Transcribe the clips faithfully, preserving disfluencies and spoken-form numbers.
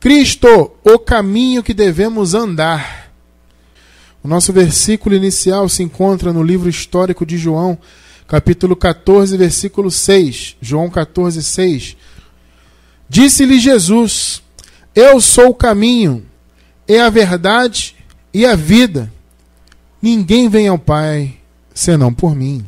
Cristo, o caminho que devemos andar. O nosso versículo inicial se encontra no livro histórico de João, capítulo catorze, versículo seis. João catorze, seis. Disse-lhe Jesus: eu sou o caminho, e a verdade e a vida. Ninguém vem ao Pai senão por mim.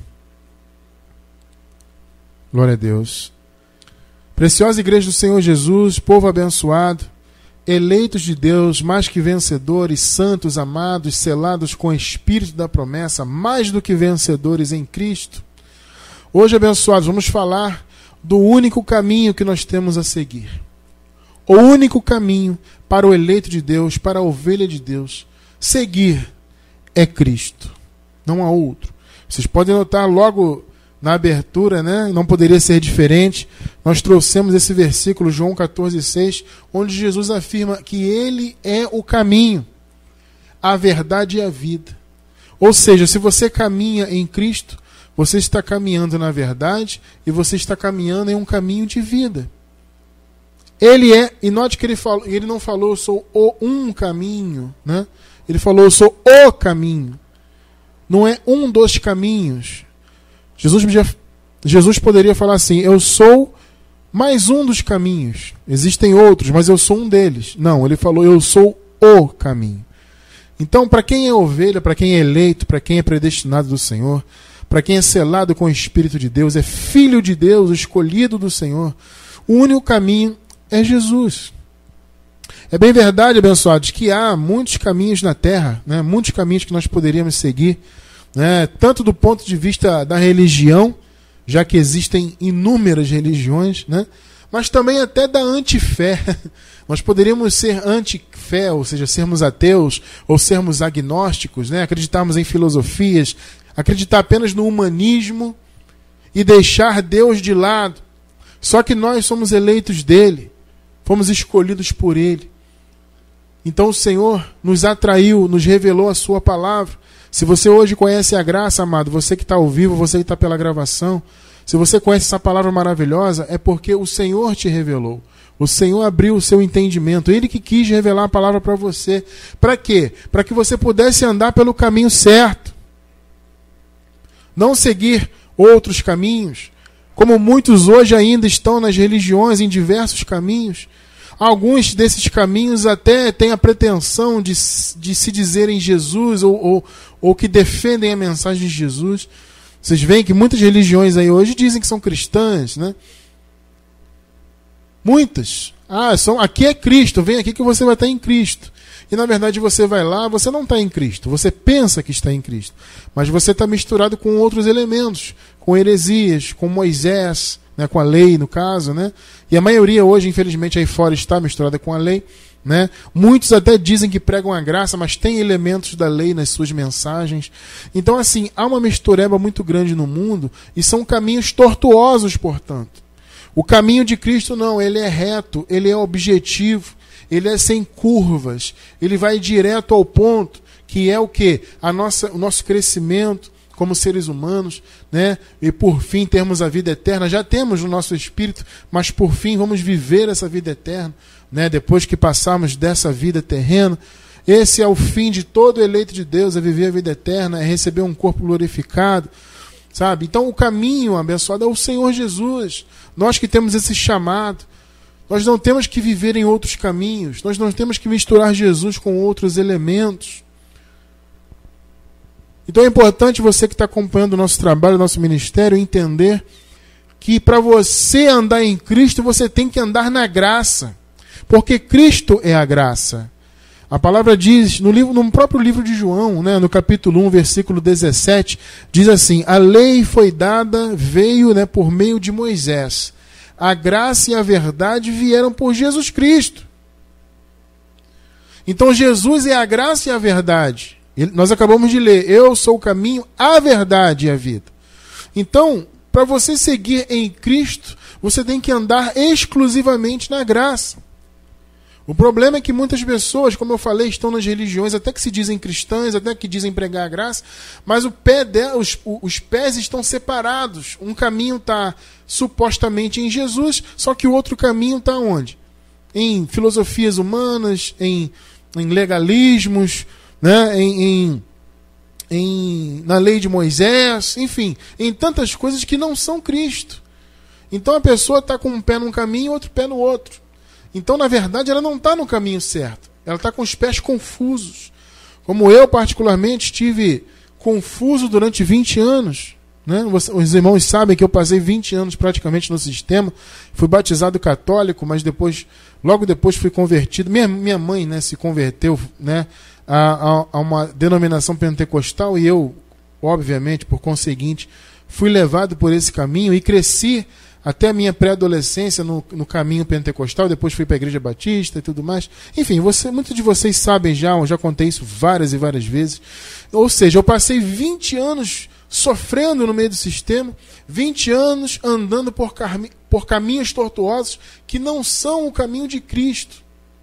Glória a Deus. Preciosa igreja do Senhor Jesus, povo abençoado, eleitos de Deus, mais que vencedores, santos, amados, selados com o Espírito da promessa, mais do que vencedores em Cristo. Hoje, abençoados, vamos falar do único caminho que nós temos a seguir. O único caminho para o eleito de Deus, para a ovelha de Deus, seguir é Cristo. Não há outro. Vocês podem notar logo na abertura, né? Não poderia ser diferente. Nós trouxemos esse versículo, João catorze, seis, onde Jesus afirma que Ele é o caminho, a verdade e a vida. Ou seja, se você caminha em Cristo, você está caminhando na verdade e você está caminhando em um caminho de vida. Ele é, e note que ele, falou, ele não falou eu sou o um caminho, né? Ele falou eu sou o caminho. Não é um dos caminhos. Jesus, Jesus poderia falar assim, eu sou mais um dos caminhos. Existem outros, mas eu sou um deles. Não, ele falou, eu sou o caminho. Então, para quem é ovelha, para quem é eleito, para quem é predestinado do Senhor, para quem é selado com o Espírito de Deus, é filho de Deus, escolhido do Senhor, o único caminho é Jesus. É bem verdade, abençoados, que há muitos caminhos na terra, né? Muitos caminhos que nós poderíamos seguir, né? Tanto do ponto de vista da religião, já que existem inúmeras religiões, né? Mas também até da antifé. Nós poderíamos ser antifé, ou seja, sermos ateus, ou sermos agnósticos, né? Acreditarmos em filosofias, acreditar apenas no humanismo e deixar Deus de lado. Só que nós somos eleitos dele, fomos escolhidos por ele. Então o Senhor nos atraiu, nos revelou a sua palavra. Se você hoje conhece a graça, amado, você que está ao vivo, você que está pela gravação, se você conhece essa palavra maravilhosa, é porque o Senhor te revelou. O Senhor abriu o seu entendimento. Ele que quis revelar a palavra para você. Para quê? Para que você pudesse andar pelo caminho certo. Não seguir outros caminhos, como muitos hoje ainda estão nas religiões, em diversos caminhos. Alguns desses caminhos até têm a pretensão de, de se dizerem Jesus ou, ou, ou que defendem a mensagem de Jesus. Vocês veem que muitas religiões aí hoje dizem que são cristãs, né? Muitas. Ah, são, aqui é Cristo, vem aqui que você vai estar em Cristo. E na verdade você vai lá, você não está em Cristo. Você pensa que está em Cristo. Mas você está misturado com outros elementos. Com heresias, com Moisés, né, com a lei no caso, né? E a maioria hoje, infelizmente, aí fora está misturada com a lei, né? Muitos até dizem que pregam a graça, mas tem elementos da lei nas suas mensagens. Então, assim, há uma mistureba muito grande no mundo e são caminhos tortuosos, portanto. O caminho de Cristo não, ele é reto, ele é objetivo, ele é sem curvas, ele vai direto ao ponto, que é o quê? A nossa, o nosso crescimento como seres humanos, né? E por fim termos a vida eterna. Já temos no nosso espírito, mas por fim vamos viver essa vida eterna, né? Depois que passarmos dessa vida terrena. Esse é o fim de todo eleito de Deus, é viver a vida eterna, é receber um corpo glorificado, sabe? Então o caminho abençoado é o Senhor Jesus. Nós que temos esse chamado, nós não temos que viver em outros caminhos, nós não temos que misturar Jesus com outros elementos. Então é importante você que está acompanhando o nosso trabalho, o nosso ministério, entender que para você andar em Cristo, você tem que andar na graça. Porque Cristo é a graça. A palavra diz, no, livro, no próprio livro de João, né, no capítulo um, versículo dezessete, diz assim, a lei foi dada, veio, né, por meio de Moisés. A graça e a verdade vieram por Jesus Cristo. Então Jesus é a graça e a verdade. Ele, nós acabamos de ler, eu sou o caminho, a verdade e a vida. Então, para você seguir em Cristo, você tem que andar exclusivamente na graça. O problema é que muitas pessoas, como eu falei, estão nas religiões, até que se dizem cristãs, até que dizem pregar a graça, mas o pé de, os, os pés estão separados. Um caminho está supostamente em Jesus, só que o outro caminho está onde? em filosofias humanas, em, em legalismos, né? em, em, em, na lei de Moisés, enfim, em tantas coisas que não são Cristo. Então a pessoa está com um pé num caminho e outro pé no outro. Então, na verdade, ela não está no caminho certo. Ela está com os pés confusos. Como eu, particularmente, estive confuso durante vinte anos. Né? Os irmãos sabem que eu passei vinte anos praticamente no sistema. Fui batizado católico, mas depois, logo depois fui convertido. Minha, minha mãe, né, se converteu, né, a, a, a uma denominação pentecostal e eu, obviamente, por conseguinte, fui levado por esse caminho e cresci até a minha pré-adolescência no, no caminho pentecostal. Depois fui para a Igreja Batista e tudo mais. Enfim, você, muitos de vocês sabem já, eu já contei isso várias e várias vezes. Ou seja, eu passei vinte anos sofrendo no meio do sistema, vinte anos andando por, cam- por caminhos tortuosos que não são o caminho de Cristo.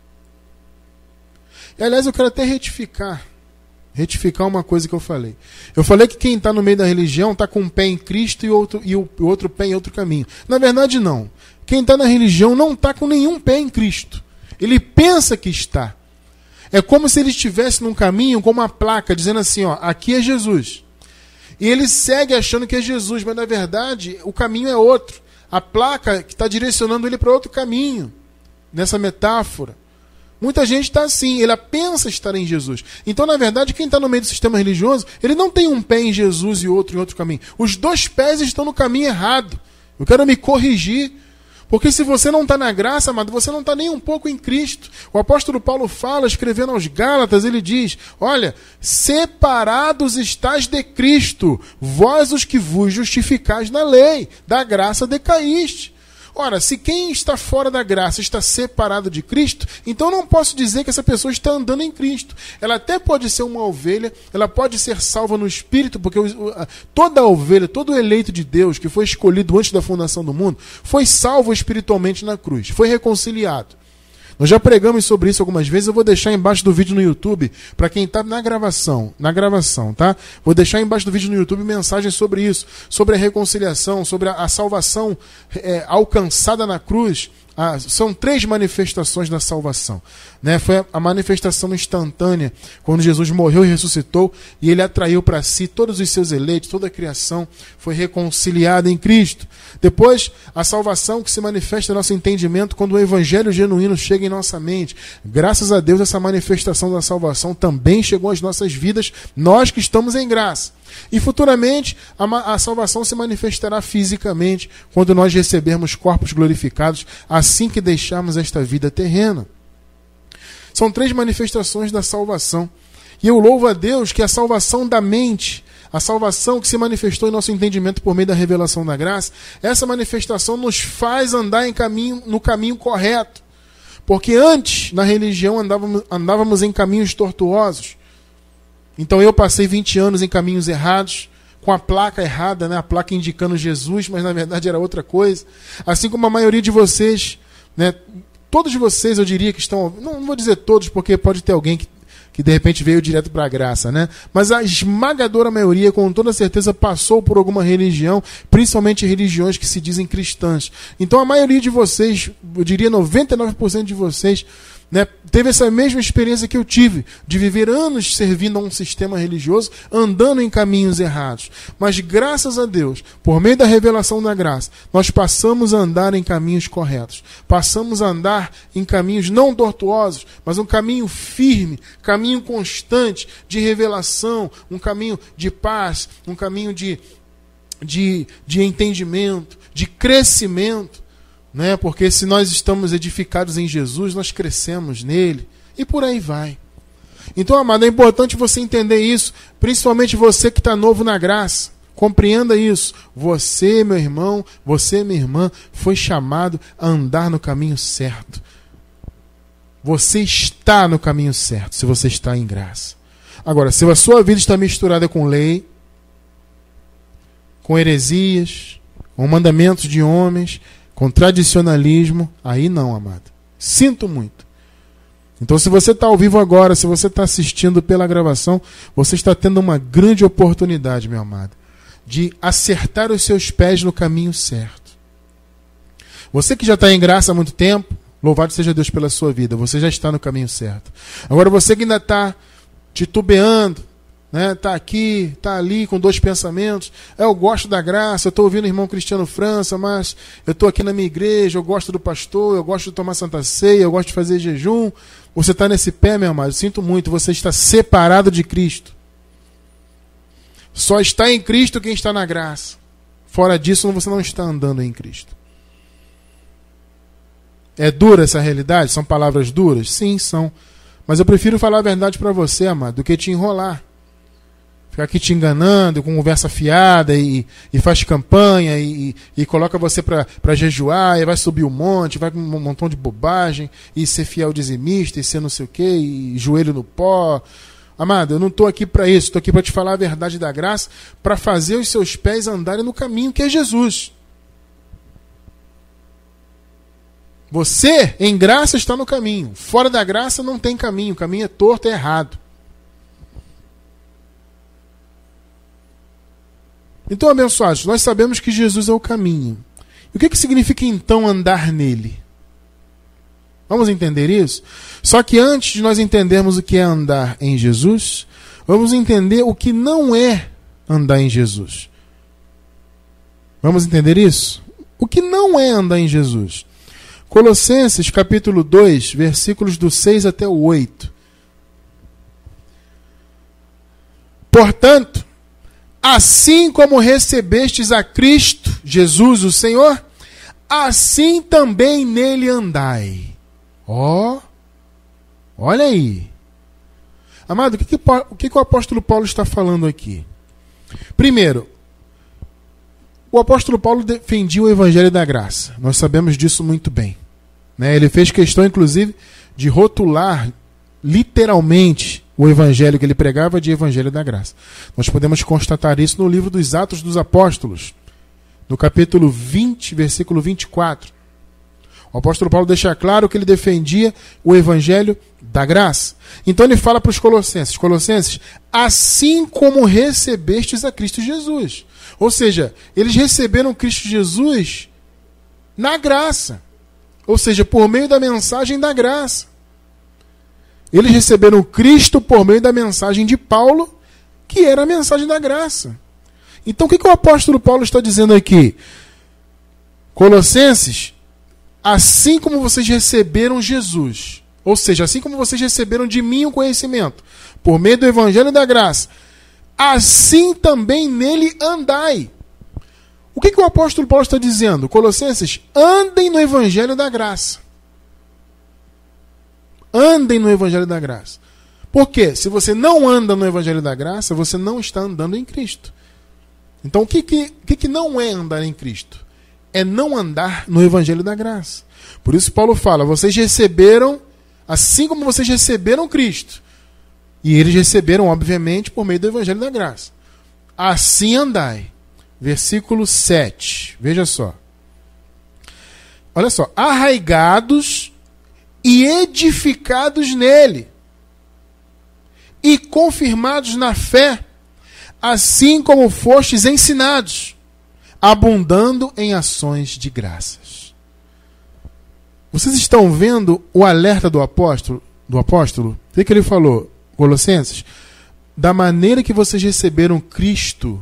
E, aliás, eu quero até retificar, retificar uma coisa que eu falei. Eu falei que quem está no meio da religião está com um pé em Cristo e, outro, e o outro pé em outro caminho. Na verdade, não. Quem está na religião não está com nenhum pé em Cristo. Ele pensa que está. É como se ele estivesse num caminho com uma placa dizendo assim, ó, aqui é Jesus. E ele segue achando que é Jesus, mas na verdade o caminho é outro. A placa que está direcionando ele para outro caminho, nessa metáfora. Muita gente está assim, ele pensa estar em Jesus. Então, na verdade, quem está no meio do sistema religioso, ele não tem um pé em Jesus e outro em outro caminho. Os dois pés estão no caminho errado. Eu quero me corrigir. Porque se você não está na graça, amado, você não está nem um pouco em Cristo. O apóstolo Paulo fala, escrevendo aos Gálatas, ele diz, olha, separados estáis de Cristo, vós os que vos justificais na lei, da graça decaíste. Ora, se quem está fora da graça está separado de Cristo, então não posso dizer que essa pessoa está andando em Cristo. Ela até pode ser uma ovelha, ela pode ser salva no Espírito, porque toda a ovelha, todo eleito de Deus que foi escolhido antes da fundação do mundo, foi salvo espiritualmente na cruz, foi reconciliado. Nós já pregamos sobre isso algumas vezes, eu vou deixar embaixo do vídeo no YouTube, para quem está na gravação, na gravação, tá? Vou deixar embaixo do vídeo no YouTube mensagens sobre isso, sobre a reconciliação, sobre a, a salvação é, alcançada na cruz. Ah, são três manifestações da salvação, né? Foi a manifestação instantânea, quando Jesus morreu e ressuscitou, e ele atraiu para si todos os seus eleitos, toda a criação foi reconciliada em Cristo. Depois, a salvação que se manifesta no nosso entendimento quando o evangelho genuíno chega em nossa mente. Graças a Deus, essa manifestação da salvação também chegou às nossas vidas, nós que estamos em graça. E futuramente a, a salvação se manifestará fisicamente quando nós recebermos corpos glorificados assim que deixarmos esta vida terrena. São três manifestações da salvação. E eu louvo a Deus que a salvação da mente, a salvação que se manifestou em nosso entendimento por meio da revelação da graça, essa manifestação nos faz andar em caminho, no caminho correto. Porque antes, na religião, andávamos, andávamos em caminhos tortuosos. Então eu passei vinte anos em caminhos errados, com a placa errada, né? A placa indicando Jesus, mas na verdade era outra coisa. Assim como a maioria de vocês, né? Todos vocês eu diria que estão, não, não vou dizer todos, porque pode ter alguém que, que de repente veio direto para a graça, né? Mas a esmagadora maioria, com toda certeza, passou por alguma religião, principalmente religiões que se dizem cristãs. Então a maioria de vocês, eu diria noventa e nove por cento de vocês, né, teve essa mesma experiência que eu tive, de viver anos servindo a um sistema religioso, andando em caminhos errados. Mas graças a Deus, por meio da revelação da graça, nós passamos a andar em caminhos corretos. Passamos a andar em caminhos não tortuosos, mas um caminho firme, caminho constante de revelação, um caminho de paz, um caminho de, de, de entendimento, de crescimento. Né? Porque se nós estamos edificados em Jesus, nós crescemos nele e por aí vai. Então, amado, é importante você entender isso, principalmente você que está novo na graça. Compreenda isso. Você, meu irmão, você, minha irmã, foi chamado a andar no caminho certo. Você está no caminho certo, se você está em graça. Agora, se a sua vida está misturada com lei, com heresias, com mandamentos de homens, com tradicionalismo, aí não, amado. Sinto muito. Então, se você está ao vivo agora, se você está assistindo pela gravação, você está tendo uma grande oportunidade, meu amado, de acertar os seus pés no caminho certo. Você que já está em graça há muito tempo, Louvado seja Deus pela sua vida. Você já está no caminho certo. Agora você que ainda está titubeando, né? Está aqui, está ali com dois pensamentos. É, eu gosto da graça, eu estou ouvindo o irmão Cristiano França, mas eu estou aqui na minha igreja, eu gosto do pastor, eu gosto de tomar Santa Ceia, eu gosto de fazer jejum. Você está nesse pé, meu amado, sinto muito, você está separado de Cristo. Só está em Cristo quem está na graça. Fora disso, você não está andando em Cristo. É dura essa realidade? São palavras duras? Sim, são. Mas eu prefiro falar a verdade para você, amado, do que te enrolar. Ficar aqui te enganando, com conversa fiada, e, e faz campanha, e, e coloca você para jejuar, e vai subir um monte, vai com um montão de bobagem, e ser fiel dizimista, e ser não sei o quê, e joelho no pó. Amado, eu não estou aqui para isso, estou aqui para te falar a verdade da graça, para fazer os seus pés andarem no caminho que é Jesus. Você, em graça, está no caminho. Fora da graça não tem caminho. O caminho é torto, é errado. Então, abençoados, nós sabemos que Jesus é o caminho. E o que, que significa, então, andar nele? Vamos entender isso? Só que antes de nós entendermos o que é andar em Jesus, vamos entender o que não é andar em Jesus. Vamos entender isso? O que não é andar em Jesus? Colossenses capítulo dois, versículos do seis até o oito. Portanto, assim como recebestes a Cristo, Jesus o Senhor, assim também nele andai. Ó, oh, olha aí. Amado, o que, que, o que, que o apóstolo Paulo está falando aqui? Primeiro, o apóstolo Paulo defendia o evangelho da graça. Nós sabemos disso muito bem. Né? Ele fez questão, inclusive, de rotular literalmente o evangelho que ele pregava de evangelho da graça. Nós podemos constatar isso no livro dos Atos dos Apóstolos, no capítulo vinte, versículo vinte e quatro. O apóstolo Paulo deixa claro que ele defendia o evangelho da graça. Então ele fala para os colossenses, Colossenses, assim como recebestes a Cristo Jesus. Ou seja, eles receberam Cristo Jesus na graça. Ou seja, por meio da mensagem da graça. Eles receberam Cristo por meio da mensagem de Paulo, que era a mensagem da graça. Então o que, que o apóstolo Paulo está dizendo aqui? Colossenses, assim como vocês receberam Jesus, ou seja, assim como vocês receberam de mim o conhecimento, por meio do evangelho da graça, assim também nele andai. O que, que o apóstolo Paulo está dizendo? Colossenses, andem no evangelho da graça. Andem no evangelho da graça. Por quê? Se você não anda no evangelho da graça, você não está andando em Cristo. Então, o que, que, que, que não é andar em Cristo? É não andar no evangelho da graça. Por isso Paulo fala, vocês receberam, assim como vocês receberam Cristo. E eles receberam, obviamente, por meio do evangelho da graça. Assim andai. Versículo sete. Veja só. Olha só. Arraigados e edificados nele. E confirmados na fé, assim como fostes ensinados, abundando em ações de graças. Vocês estão vendo o alerta do apóstolo? Do apóstolo? O que, que ele falou? Colossenses, da maneira que vocês receberam Cristo,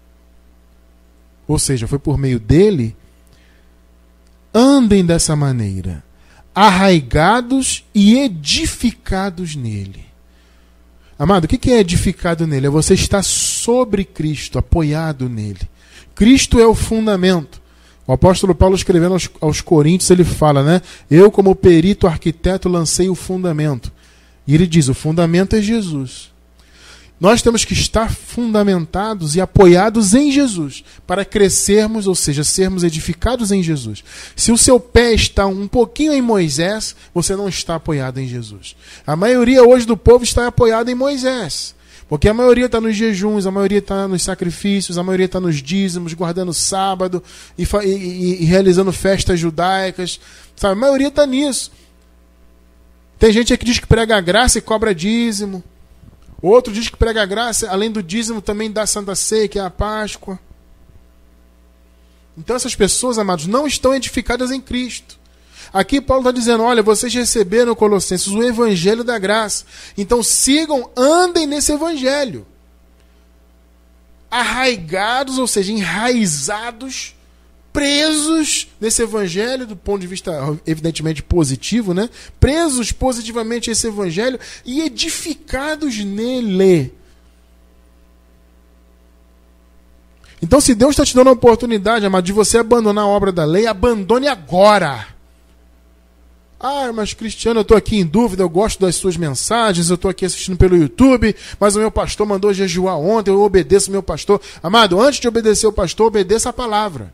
ou seja, foi por meio dele, andem dessa maneira, arraigados e edificados nele. Amado, o que é edificado nele? É você estar sobre Cristo, apoiado nele. Cristo é o fundamento. O apóstolo Paulo, escrevendo aos, aos Coríntios, ele fala, né? Eu, como perito arquiteto, lancei o fundamento. E ele diz, o fundamento é Jesus. Nós temos que estar fundamentados e apoiados em Jesus para crescermos, ou seja, sermos edificados em Jesus. Se o seu pé está um pouquinho em Moisés, você não está apoiado em Jesus. A maioria hoje do povo está apoiada em Moisés. Porque a maioria está nos jejuns, a maioria está nos sacrifícios, a maioria está nos dízimos, guardando sábado e, e, e realizando festas judaicas. Sabe? A maioria está nisso. Tem gente que diz que prega a graça e cobra dízimo. Outro diz que prega a graça, além do dízimo, também dá Santa Ceia, que é a Páscoa. Então essas pessoas, amados, não estão edificadas em Cristo. Aqui Paulo está dizendo, olha, vocês receberam, Colossenses, o evangelho da graça. Então sigam, andem nesse evangelho. Arraigados, ou seja, enraizados, presos nesse evangelho, do ponto de vista evidentemente positivo, né? Presos positivamente a esse evangelho e edificados nele. Então, se Deus está te dando a oportunidade, amado, de você abandonar a obra da lei, abandone agora. Ah, mas Cristiano, eu estou aqui em dúvida, eu gosto das suas mensagens, eu estou aqui assistindo pelo YouTube, mas o meu pastor mandou jejuar ontem, eu obedeço o meu pastor. Amado, antes de obedecer o pastor, obedeça a palavra.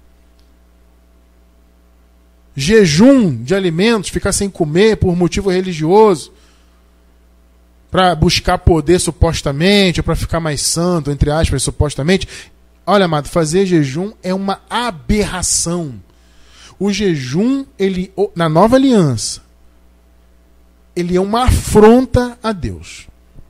Jejum de alimentos, ficar sem comer por motivo religioso, para buscar poder supostamente, ou para ficar mais santo, entre aspas, supostamente. Olha, amado, fazer jejum é uma aberração. O jejum, ele, na nova aliança, ele é uma afronta a Deus.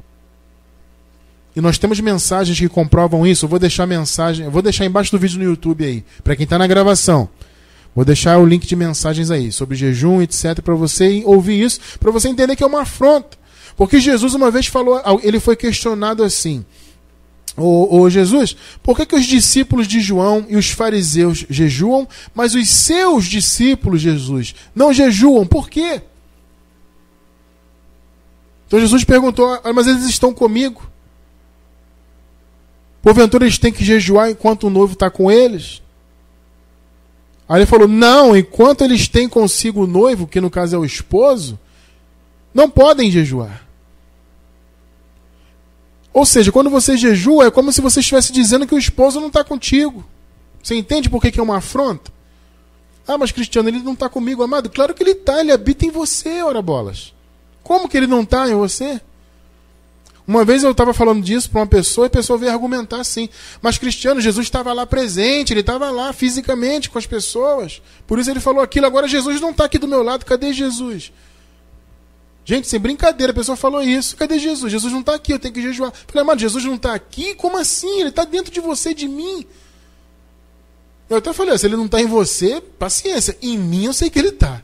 E nós temos mensagens que comprovam isso. Eu vou deixar mensagem, eu vou deixar embaixo do vídeo no YouTube aí, para quem está na gravação. Vou deixar o link de mensagens aí, sobre jejum, etcétera, para você ouvir isso, para você entender que é uma afronta. Porque Jesus uma vez falou, ele foi questionado assim, Ô, ô Jesus, por que, que os discípulos de João e os fariseus jejuam, mas os seus discípulos, Jesus, não jejuam? Por quê? Então Jesus perguntou, mas eles estão comigo? Porventura eles têm que jejuar enquanto o noivo está com eles? Aí ele falou, não, enquanto eles têm consigo o noivo, que no caso é o esposo, não podem jejuar. Ou seja, quando você jejua, é como se você estivesse dizendo que o esposo não está contigo. Você entende por que, que é uma afronta? Ah, mas Cristiano, ele não está comigo, amado. Claro que ele está, ele habita em você, ora bolas. Como que ele não está em você? Uma vez eu estava falando disso para uma pessoa e a pessoa veio argumentar assim. Mas Cristiano, Jesus estava lá presente, ele estava lá fisicamente com as pessoas. Por isso ele falou aquilo. Agora Jesus não está aqui do meu lado, cadê Jesus? Gente, sem brincadeira, a pessoa falou isso. Cadê Jesus? Jesus não está aqui, eu tenho que jejuar. Eu falei, mano, Jesus não está aqui? Como assim? Ele está dentro de você, de mim. Eu até falei, se ele não está em você, paciência. Em mim eu sei que ele está.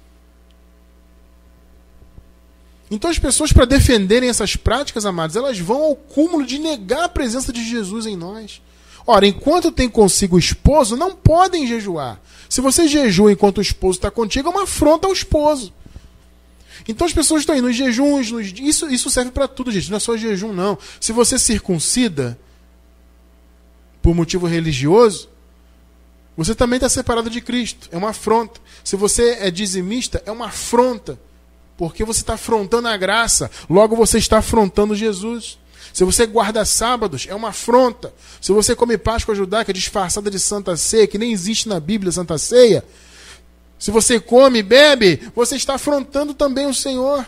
Então as pessoas, para defenderem essas práticas, amados, elas vão ao cúmulo de negar a presença de Jesus em nós. Ora, enquanto tem consigo o esposo, não podem jejuar. Se você jejua enquanto o esposo está contigo, é uma afronta ao esposo. Então as pessoas estão indo nos jejuns, nos... Isso, isso serve para tudo, gente. Não é só jejum, não. Se você circuncida por motivo religioso, você também está separado de Cristo. É uma afronta. Se você é dizimista, é uma afronta. Porque você está afrontando a graça. Logo você está afrontando Jesus. Se você guarda sábados, é uma afronta. Se você come Páscoa judaica disfarçada de Santa Ceia, que nem existe na Bíblia Santa Ceia, se você come e bebe, você está afrontando também o Senhor.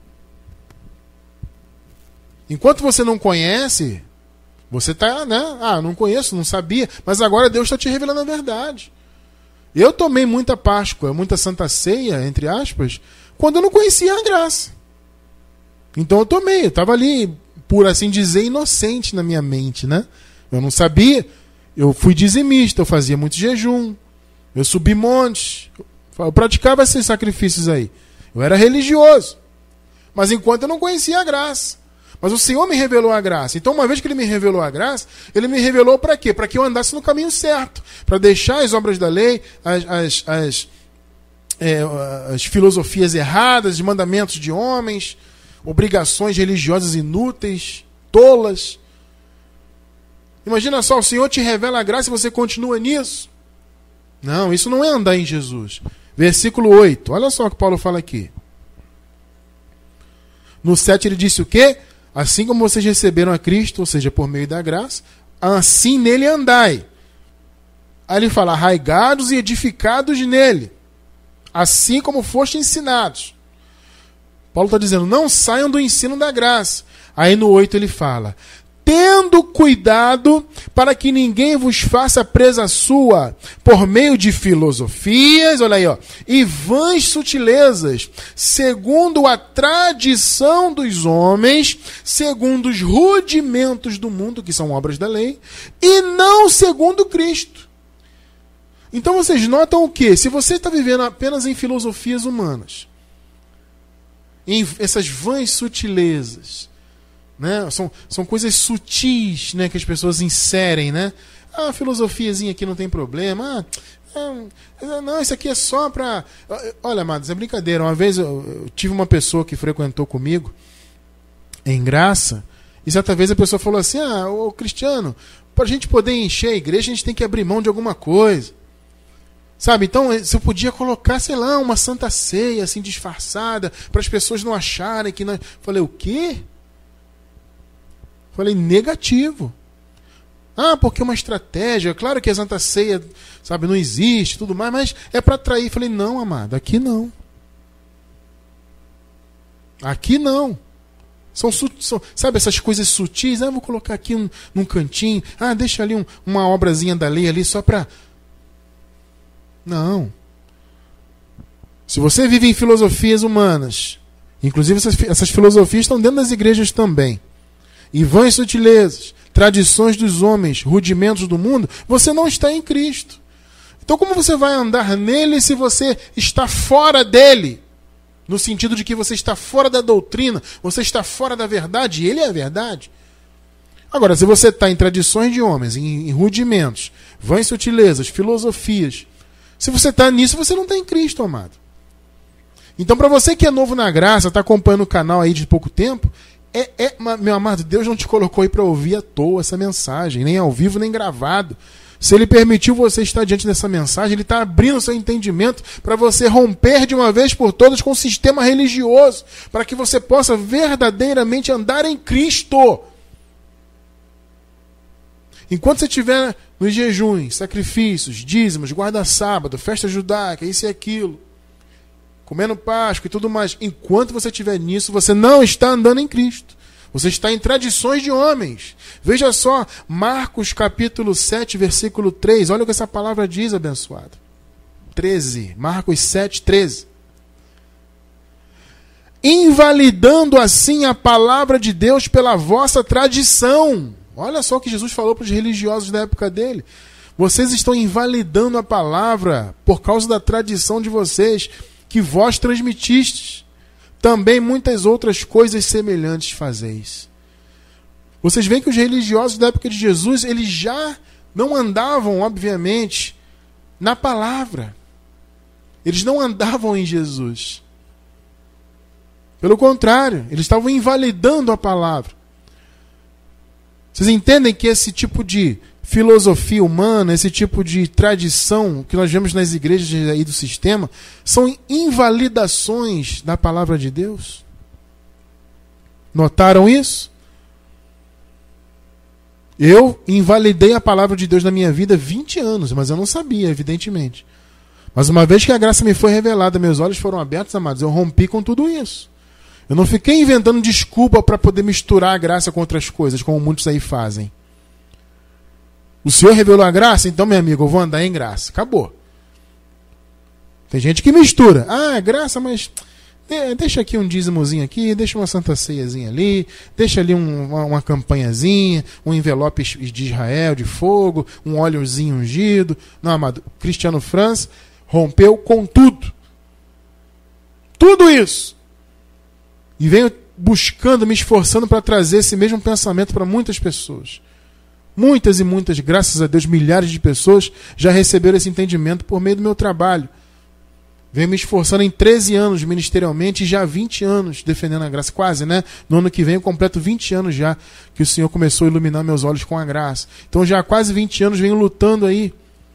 Enquanto você não conhece, você está, né? Ah, não conheço, não sabia. Mas agora Deus está te revelando a verdade. Eu tomei muita Páscoa, muita Santa Ceia, entre aspas, quando eu não conhecia a graça. Então eu tomei, eu estava ali, por assim dizer, inocente na minha mente, né? Eu não sabia, eu fui dizimista, eu fazia muito jejum, eu subi montes, eu praticava esses sacrifícios aí. Eu era religioso. Mas enquanto eu não conhecia a graça. Mas o Senhor me revelou a graça. Então, uma vez que Ele me revelou a graça, Ele me revelou para quê? Para que eu andasse no caminho certo. Para deixar as obras da lei, as, as, as, é, as filosofias erradas, os mandamentos de homens, obrigações religiosas inúteis, tolas. Imagina só, o Senhor te revela a graça e você continua nisso. Não, isso não é andar em Jesus. Versículo oito, olha só o que Paulo fala aqui. No sete ele disse o quê? Assim como vocês receberam a Cristo, ou seja, por meio da graça, assim nele andai. Aí ele fala, arraigados e edificados nele, assim como foste ensinados. Paulo está dizendo, não saiam do ensino da graça. Aí no oito ele fala, tendo cuidado para que ninguém vos faça presa sua por meio de filosofias, olha aí, ó, e vãs sutilezas, segundo a tradição dos homens, segundo os rudimentos do mundo, que são obras da lei, e não segundo Cristo. Então vocês notam o quê? Se você está vivendo apenas em filosofias humanas, em essas vãs sutilezas, né? São, são coisas sutis, né, que as pessoas inserem, né? Ah, filosofiazinha aqui não tem problema. Ah, ah, não, isso aqui é só para... Olha, amados, é brincadeira. Uma vez eu, eu tive uma pessoa que frequentou comigo em Graça, e certa vez a pessoa falou assim: ah, ô Cristiano, para a gente poder encher a igreja, a gente tem que abrir mão de alguma coisa. Sabe, então se eu podia colocar, sei lá, uma santa ceia assim disfarçada, para as pessoas não acharem que... Nós... Falei, o quê? Falei, negativo. Ah, porque é uma estratégia, claro que a santa ceia, sabe, não existe, tudo mais, mas é para atrair. Falei, não, amado, aqui não. Aqui não. São, são, sabe, essas coisas sutis. Ah, vou colocar aqui um, num cantinho. Ah, deixa ali um, uma obrazinha da lei ali só para... Não. Se você vive em filosofias humanas, inclusive essas, essas filosofias estão dentro das igrejas também, e vãs sutilezas, tradições dos homens, rudimentos do mundo, você não está em Cristo. Então como você vai andar nele se você está fora dele? No sentido de que você está fora da doutrina, você está fora da verdade, e ele é a verdade. Agora, se você está em tradições de homens, em, em rudimentos, vãs sutilezas, filosofias, se você está nisso, você não está em Cristo, amado. Então, para você que é novo na graça, está acompanhando o canal aí de pouco tempo, é, é, meu amado, Deus não te colocou aí para ouvir à toa essa mensagem, nem ao vivo, nem gravado. Se Ele permitiu você estar diante dessa mensagem, Ele está abrindo o seu entendimento para você romper de uma vez por todas com o sistema religioso, para que você possa verdadeiramente andar em Cristo. Enquanto você estiver nos jejuns, sacrifícios, dízimos, guarda-sábado, festa judaica, isso e aquilo, comendo Páscoa e tudo mais, enquanto você estiver nisso, você não está andando em Cristo. Você está em tradições de homens. Veja só, Marcos capítulo sete, versículo três. Olha o que essa palavra diz, abençoado. treze. Marcos sete, treze. Invalidando assim a palavra de Deus pela vossa tradição. Olha só o que Jesus falou para os religiosos da época dele. Vocês estão invalidando a palavra por causa da tradição de vocês, que vós transmitistes. Também muitas outras coisas semelhantes fazeis. Vocês veem que os religiosos da época de Jesus, eles já não andavam, obviamente, na palavra. Eles não andavam em Jesus. Pelo contrário, eles estavam invalidando a palavra. Vocês entendem que esse tipo de filosofia humana, esse tipo de tradição que nós vemos nas igrejas aí do sistema, são invalidações da palavra de Deus? Notaram isso? Eu invalidei a palavra de Deus na minha vida vinte anos, mas eu não sabia, evidentemente. Mas uma vez que a graça me foi revelada, meus olhos foram abertos, amados, eu rompi com tudo isso. Eu não fiquei inventando desculpa para poder misturar a graça com outras coisas, como muitos aí fazem. O Senhor revelou a graça, então, meu amigo, eu vou andar em graça. Acabou. Tem gente que mistura. Ah, é graça, mas deixa aqui um dízimozinho aqui, deixa uma santa ceiazinha ali, deixa ali um, uma, uma campanhazinha, um envelope de Israel, de fogo, um óleozinho ungido. Não, amado, Cristiano França rompeu com tudo. Tudo isso. E venho buscando, me esforçando para trazer esse mesmo pensamento para muitas pessoas. Muitas e muitas, graças a Deus, milhares de pessoas já receberam esse entendimento por meio do meu trabalho. Venho me esforçando em treze anos ministerialmente e já há vinte anos defendendo a graça. Quase, né? No ano que vem eu completo vinte anos já que o Senhor começou a iluminar meus olhos com a graça. Então já há quase vinte anos venho lutando aí.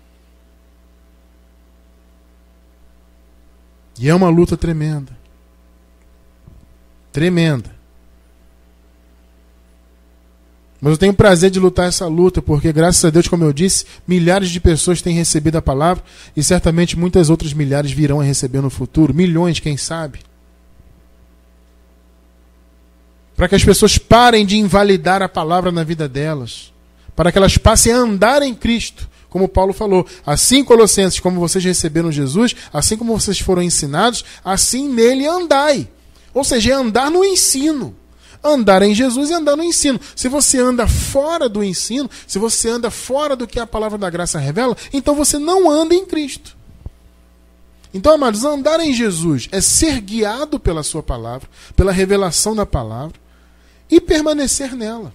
E é uma luta tremenda. Tremenda. Mas eu tenho prazer de lutar essa luta, porque graças a Deus, como eu disse, milhares de pessoas têm recebido a palavra e certamente muitas outras milhares virão a receber no futuro. Milhões, quem sabe. Para que as pessoas parem de invalidar a palavra na vida delas. Para que elas passem a andar em Cristo. Como Paulo falou, assim, Colossenses, como vocês receberam Jesus, assim como vocês foram ensinados, assim nele andai. Ou seja, é andar no ensino. Andar em Jesus e andar no ensino. Se você anda fora do ensino, se você anda fora do que a palavra da graça revela, então você não anda em Cristo. Então, amados, andar em Jesus é ser guiado pela sua palavra, pela revelação da palavra, e permanecer nela.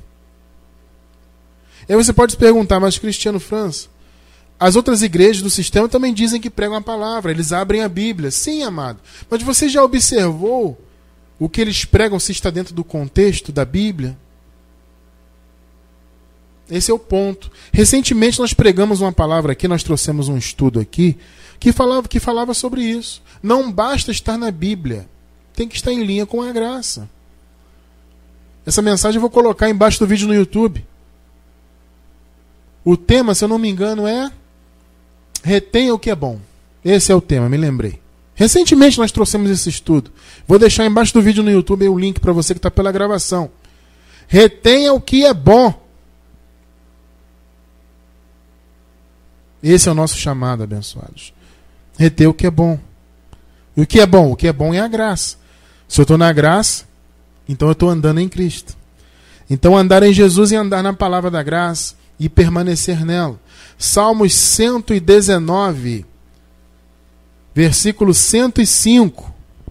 E aí você pode se perguntar, mas Cristiano França, as outras igrejas do sistema também dizem que pregam a palavra, eles abrem a Bíblia. Sim, amado, mas você já observou o que eles pregam se está dentro do contexto da Bíblia? Esse é o ponto. Recentemente nós pregamos uma palavra aqui, nós trouxemos um estudo aqui, que falava, que falava sobre isso. Não basta estar na Bíblia, tem que estar em linha com a graça. Essa mensagem eu vou colocar embaixo do vídeo no YouTube. O tema, se eu não me engano, é retenha o que é bom. Esse é o tema, me lembrei. Recentemente nós trouxemos esse estudo. Vou deixar embaixo do vídeo no YouTube aí o link para você que está pela gravação. Retenha o que é bom. Esse é o nosso chamado, abençoados. Reter o que é bom. E o que é bom? O que é bom é a graça. Se eu estou na graça, então eu estou andando em Cristo. Então andar em Jesus e andar na palavra da graça e permanecer nela. Salmos cento e dezenove, versículo cento e cinco.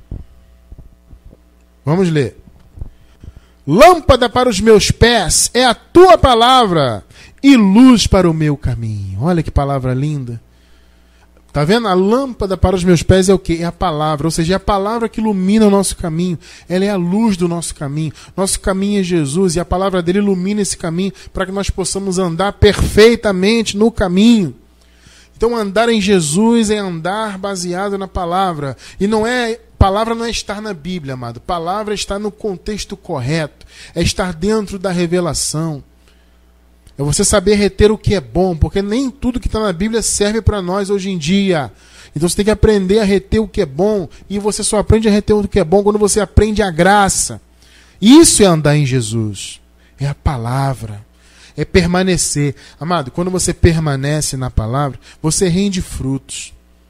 Vamos ler. Lâmpada para os meus pés é a tua palavra e luz para o meu caminho. Olha que palavra linda. Está vendo? A lâmpada para os meus pés é o quê? É a palavra. Ou seja, é a palavra que ilumina o nosso caminho. Ela é a luz do nosso caminho. Nosso caminho é Jesus e a palavra dele ilumina esse caminho para que nós possamos andar perfeitamente no caminho. Então andar em Jesus é andar baseado na palavra. E não é... Palavra não é estar na Bíblia, amado. Palavra é estar no contexto correto. É estar dentro da revelação. É você saber reter o que é bom, porque nem tudo que está na Bíblia serve para nós hoje em dia. Então você tem que aprender a reter o que é bom, e você só aprende a reter o que é bom quando você aprende a graça. Isso é andar em Jesus. É a palavra. É permanecer. Amado, quando você permanece na palavra, você rende frutos.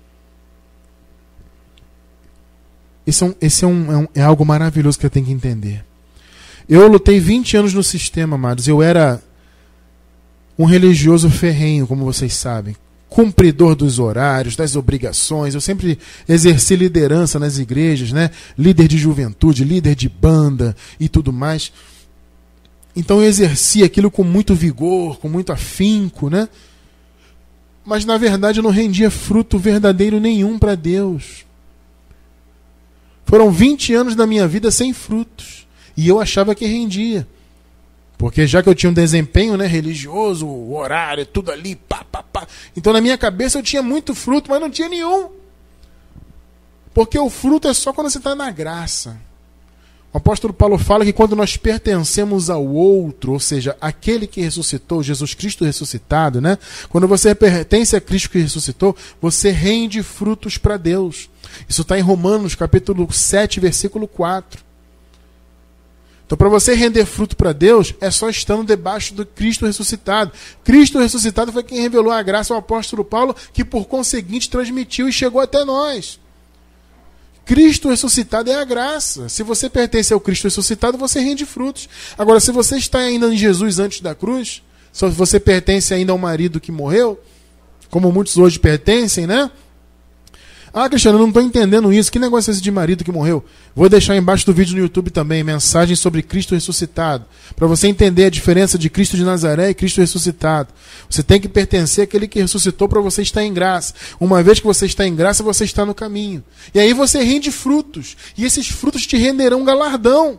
Esse, é, um, esse é, um, é, um, é algo maravilhoso que eu tenho que entender. Eu lutei vinte anos no sistema, amados. Eu era um religioso ferrenho, como vocês sabem. Cumpridor dos horários, das obrigações. Eu sempre exerci liderança nas igrejas, né? Líder de juventude, líder de banda e tudo mais. Então eu exerci aquilo com muito vigor, com muito afinco, né? Mas na verdade eu não rendia fruto verdadeiro nenhum para Deus. Foram vinte anos da minha vida sem frutos. E eu achava que rendia. Porque já que eu tinha um desempenho, né, religioso, o horário, tudo ali, pá, pá, pá. Então na minha cabeça eu tinha muito fruto, mas não tinha nenhum. Porque o fruto é só quando você está na graça. O apóstolo Paulo fala que quando nós pertencemos ao outro, ou seja, aquele que ressuscitou, Jesus Cristo ressuscitado, né? Quando você pertence a Cristo que ressuscitou, você rende frutos para Deus. Isso está em Romanos, capítulo sete, versículo quatro. Então, para você render fruto para Deus, é só estando debaixo do Cristo ressuscitado. Cristo ressuscitado foi quem revelou a graça ao apóstolo Paulo, que por conseguinte transmitiu e chegou até nós. Cristo ressuscitado é a graça. Se você pertence ao Cristo ressuscitado, você rende frutos. Agora, se você está ainda em Jesus antes da cruz, se você pertence ainda ao marido que morreu, como muitos hoje pertencem, né? Ah, Cristiano, eu não estou entendendo isso. Que negócio é esse de marido que morreu? Vou deixar embaixo do vídeo no YouTube também, mensagem sobre Cristo ressuscitado. Para você entender a diferença de Cristo de Nazaré e Cristo ressuscitado. Você tem que pertencer àquele que ressuscitou para você estar em graça. Uma vez que você está em graça, você está no caminho. E aí você rende frutos. E esses frutos te renderão galardão.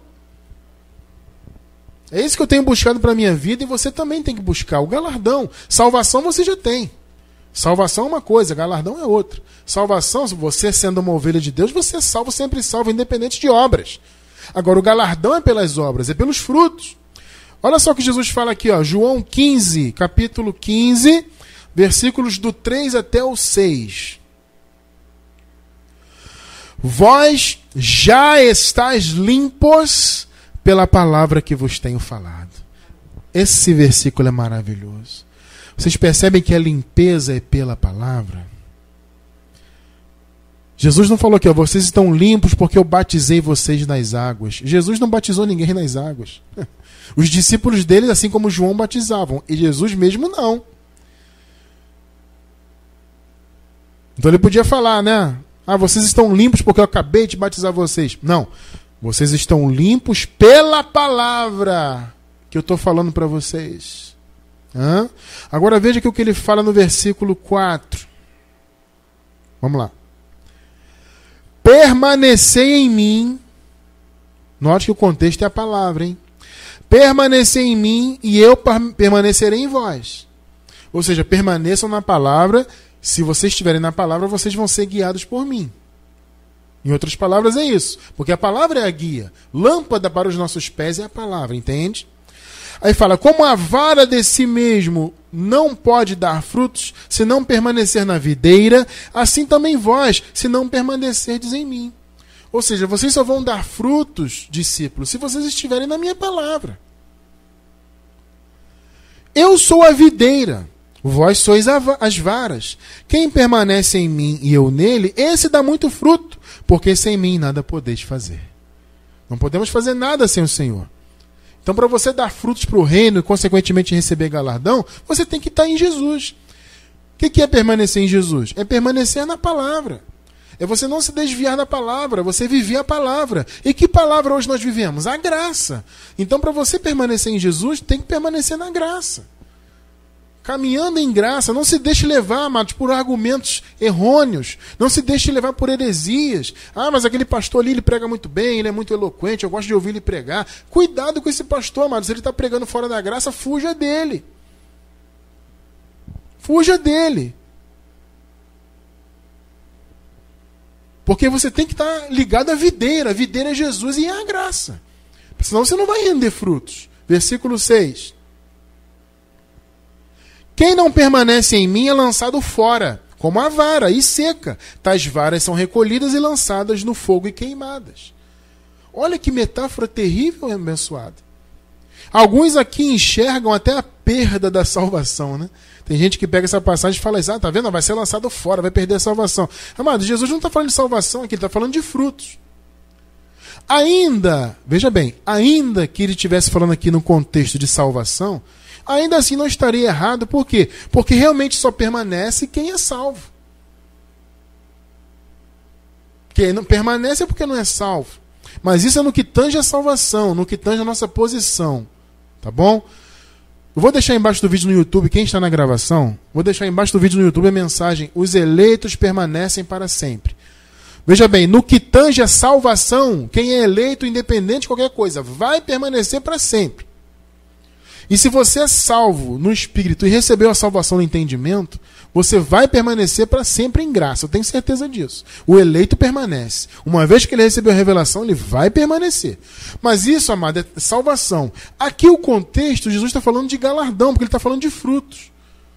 É isso que eu tenho buscado para a minha vida e você também tem que buscar. O galardão. Salvação você já tem. Salvação é uma coisa, galardão é outra. Salvação, você sendo uma ovelha de Deus, você é salvo, sempre salvo, independente de obras. Agora, o galardão é pelas obras, é pelos frutos. Olha só o que Jesus fala aqui, ó, João quinze, capítulo quinze, versículos do três até o seis. Vós já estáis limpos pela palavra que vos tenho falado. Esse versículo é maravilhoso. Vocês percebem que a limpeza é pela palavra? Jesus não falou aqui, ó, vocês estão limpos porque eu batizei vocês nas águas. Jesus não batizou ninguém nas águas. Os discípulos dele, assim como João, batizavam. E Jesus mesmo não. Então ele podia falar, né? Ah, vocês estão limpos porque eu acabei de batizar vocês. Não. Vocês estão limpos pela palavra que eu estou falando para vocês. Hã? Agora veja aqui o que ele fala no versículo quatro. Vamos lá. Permanecei em mim. Note que o contexto é a palavra, hein? Permanecei em mim e eu permanecerei em vós. Ou seja, permaneçam na palavra. Se vocês estiverem na palavra, vocês vão ser guiados por mim. Em outras palavras é isso. Porque a palavra é a guia. Lâmpada para os nossos pés é a palavra, entende? Aí fala, como a vara de si mesmo não pode dar frutos se não permanecer na videira, assim também vós, se não permanecerdes em mim. Ou seja, vocês só vão dar frutos, discípulos, se vocês estiverem na minha palavra. Eu sou a videira, vós sois as varas. Quem permanece em mim e eu nele, esse dá muito fruto, porque sem mim nada podeis fazer. Não podemos fazer nada sem o Senhor. Então, para você dar frutos para o reino e, consequentemente, receber galardão, você tem que estar em Jesus. O que é permanecer em Jesus? É permanecer na palavra. É você não se desviar da palavra, você viver a palavra. E que palavra hoje nós vivemos? A graça. Então, para você permanecer em Jesus, tem que permanecer na graça. Caminhando em graça, não se deixe levar, amados, por argumentos errôneos. Não se deixe levar por heresias. Ah, mas aquele pastor ali, ele prega muito bem, ele é muito eloquente, eu gosto de ouvir ele pregar. Cuidado com esse pastor, amados. Se ele está pregando fora da graça, fuja dele. Fuja dele. Porque você tem que estar ligado à videira. A videira é Jesus e é a graça. Senão você não vai render frutos. Versículo seis. Quem não permanece em mim é lançado fora, como a vara, e seca. Tais varas são recolhidas e lançadas no fogo e queimadas. Olha que metáfora terrível, abençoado. Alguns aqui enxergam até a perda da salvação, né? Tem gente que pega essa passagem e fala assim, ah, tá vendo? Vai ser lançado fora, vai perder a salvação. Amado, Jesus não está falando de salvação aqui, ele está falando de frutos. Ainda, veja bem, ainda que ele estivesse falando aqui no contexto de salvação, ainda assim não estaria errado. Por quê? Porque realmente só permanece quem é salvo. Quem não permanece é porque não é salvo. Mas isso é no que tange a salvação, no que tange a nossa posição. Tá bom? Eu vou deixar embaixo do vídeo no YouTube, quem está na gravação, vou deixar embaixo do vídeo no YouTube a mensagem: os eleitos permanecem para sempre. Veja bem, no que tange a salvação, quem é eleito, independente de qualquer coisa, vai permanecer para sempre. E se você é salvo no Espírito e recebeu a salvação no entendimento, você vai permanecer para sempre em graça. Eu tenho certeza disso. O eleito permanece. Uma vez que ele recebeu a revelação, ele vai permanecer. Mas isso, amado, é salvação. Aqui o contexto, Jesus está falando de galardão, porque ele está falando de frutos.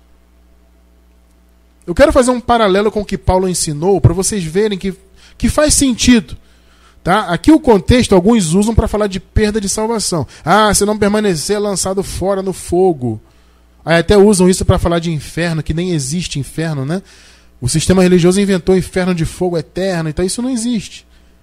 Eu quero fazer um paralelo com o que Paulo ensinou, para vocês verem que, que faz sentido. Tá? Aqui o contexto, alguns usam para falar de perda de salvação. Ah, se não permanecer, é lançado fora no fogo. Aí até usam isso para falar de inferno, que nem existe inferno, né? O sistema religioso inventou inferno de fogo eterno, então isso não existe.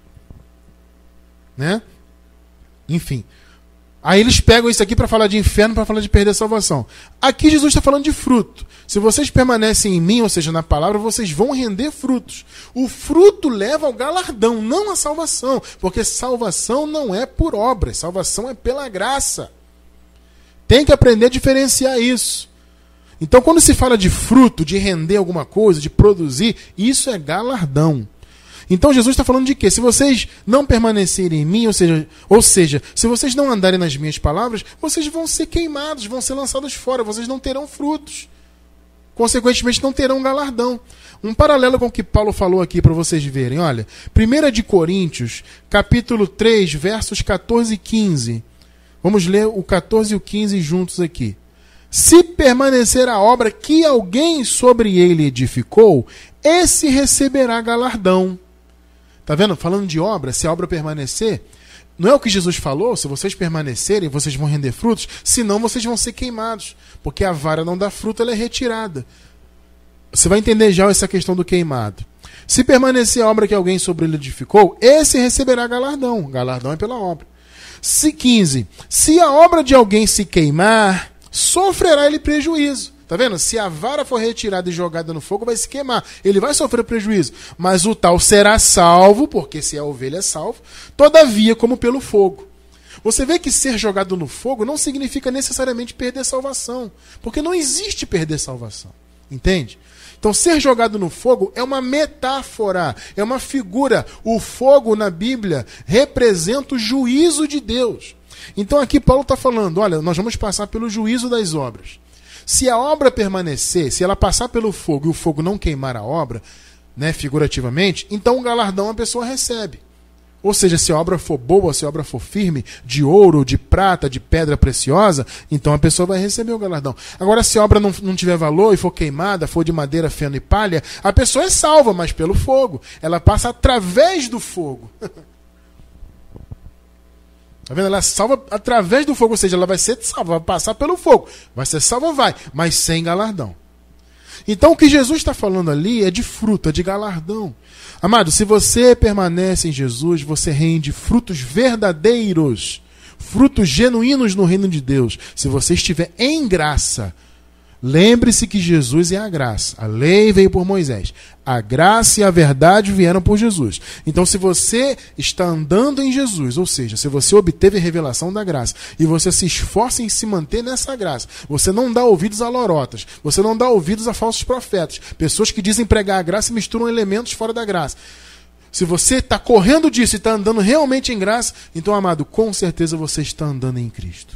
Né? Enfim. Aí eles pegam isso aqui para falar de inferno, para falar de perder a salvação. Aqui Jesus está falando de fruto. Se vocês permanecem em mim, ou seja, na palavra, vocês vão render frutos. O fruto leva ao galardão, não à salvação. Porque salvação não é por obras, salvação é pela graça. Tem que aprender a diferenciar isso. Então, quando se fala de fruto, de render alguma coisa, de produzir, isso é galardão. Então, Jesus está falando de quê? Se vocês não permanecerem em mim, ou seja, ou seja, se vocês não andarem nas minhas palavras, vocês vão ser queimados, vão ser lançados fora, vocês não terão frutos. Consequentemente, não terão galardão. Um paralelo com o que Paulo falou aqui para vocês verem. Olha, primeira de Coríntios, capítulo três, versos catorze e quinze. Vamos ler o catorze e o quinze juntos aqui. Se permanecer a obra que alguém sobre ele edificou, esse receberá galardão. Tá vendo? Falando de obra, se a obra permanecer, não é o que Jesus falou? Se vocês permanecerem, vocês vão render frutos, senão vocês vão ser queimados. Porque a vara não dá fruto, ela é retirada. Você vai entender já essa questão do queimado. Se permanecer a obra que alguém sobre ele edificou, esse receberá galardão. Galardão é pela obra. Se, quinze. Se a obra de alguém se queimar, sofrerá ele prejuízo. Tá vendo? Se a vara for retirada e jogada no fogo, vai se queimar. Ele vai sofrer prejuízo. Mas o tal será salvo, porque se a ovelha é salvo, todavia como pelo fogo. Você vê que ser jogado no fogo não significa necessariamente perder salvação. Porque não existe perder salvação. Entende? Então, ser jogado no fogo é uma metáfora, é uma figura. O fogo na Bíblia representa o juízo de Deus. Então, aqui Paulo está falando, olha, nós vamos passar pelo juízo das obras. Se a obra permanecer, se ela passar pelo fogo e o fogo não queimar a obra, né, figurativamente, então o galardão a pessoa recebe. Ou seja, se a obra for boa, se a obra for firme, de ouro, de prata, de pedra preciosa, então a pessoa vai receber o galardão. Agora, se a obra não, não tiver valor e for queimada, for de madeira, feno e palha, a pessoa é salva, mas pelo fogo. Ela passa através do fogo. Tá vendo? Ela é salva através do fogo, ou seja, ela vai ser salva, vai passar pelo fogo. Vai ser salva, vai, mas sem galardão. Então o que Jesus está falando ali é de fruto, é de galardão. Amado, se você permanece em Jesus, você rende frutos verdadeiros, frutos genuínos no reino de Deus. Se você estiver em graça, lembre-se que Jesus é a graça. A lei veio por Moisés. A graça e a verdade vieram por Jesus. Então, se você está andando em Jesus, ou seja, se você obteve a revelação da graça e você se esforça em se manter nessa graça, você não dá ouvidos a lorotas, você não dá ouvidos a falsos profetas, pessoas que dizem pregar a graça e misturam elementos fora da graça. Se você está correndo disso e está andando realmente em graça, então, amado, com certeza você está andando em Cristo.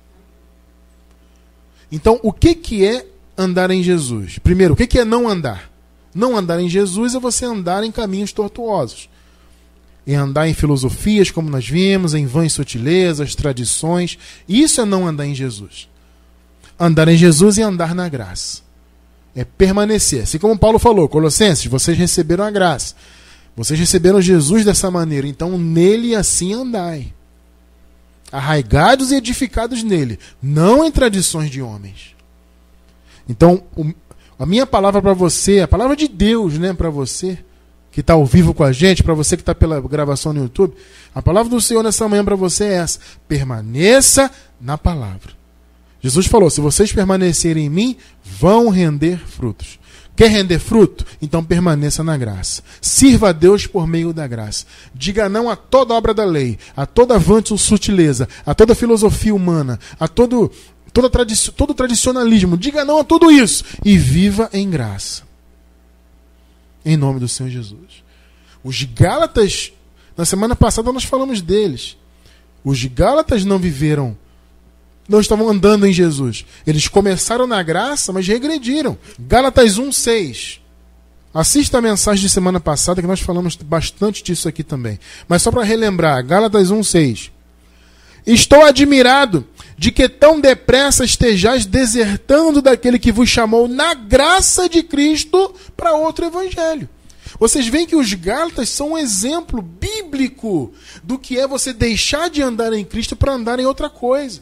Então, o que, que é andar em Jesus? Primeiro, o que, que é não andar? Não andar em Jesus é você andar em caminhos tortuosos. É andar em filosofias, como nós vimos, em vãs sutilezas, tradições. Isso é não andar em Jesus. Andar em Jesus é andar na graça. É permanecer. Assim como Paulo falou, Colossenses, vocês receberam a graça. Vocês receberam Jesus dessa maneira, então nele assim andai. Arraigados e edificados nele, não em tradições de homens. Então, o, a minha palavra para você, a palavra de Deus, né, para você que está ao vivo com a gente, para você que está pela gravação no YouTube, a palavra do Senhor nessa manhã para você é essa: permaneça na palavra. Jesus falou: se vocês permanecerem em mim, vão render frutos. Quer render fruto? Então permaneça na graça. Sirva a Deus por meio da graça. Diga não a toda obra da lei, a toda vã sutileza, a toda filosofia humana, a todo, toda tradici- todo tradicionalismo. Diga não a tudo isso e viva em graça. Em nome do Senhor Jesus. Os Gálatas, na semana passada nós falamos deles. Os Gálatas não viveram, não estavam andando em Jesus. Eles começaram na graça, mas regrediram. Gálatas um, seis. Assista a mensagem de semana passada, que nós falamos bastante disso aqui também. Mas só para relembrar, Gálatas um, seis. Estou admirado de que tão depressa estejais desertando daquele que vos chamou na graça de Cristo para outro evangelho. Vocês veem que os Gálatas são um exemplo bíblico do que é você deixar de andar em Cristo para andar em outra coisa.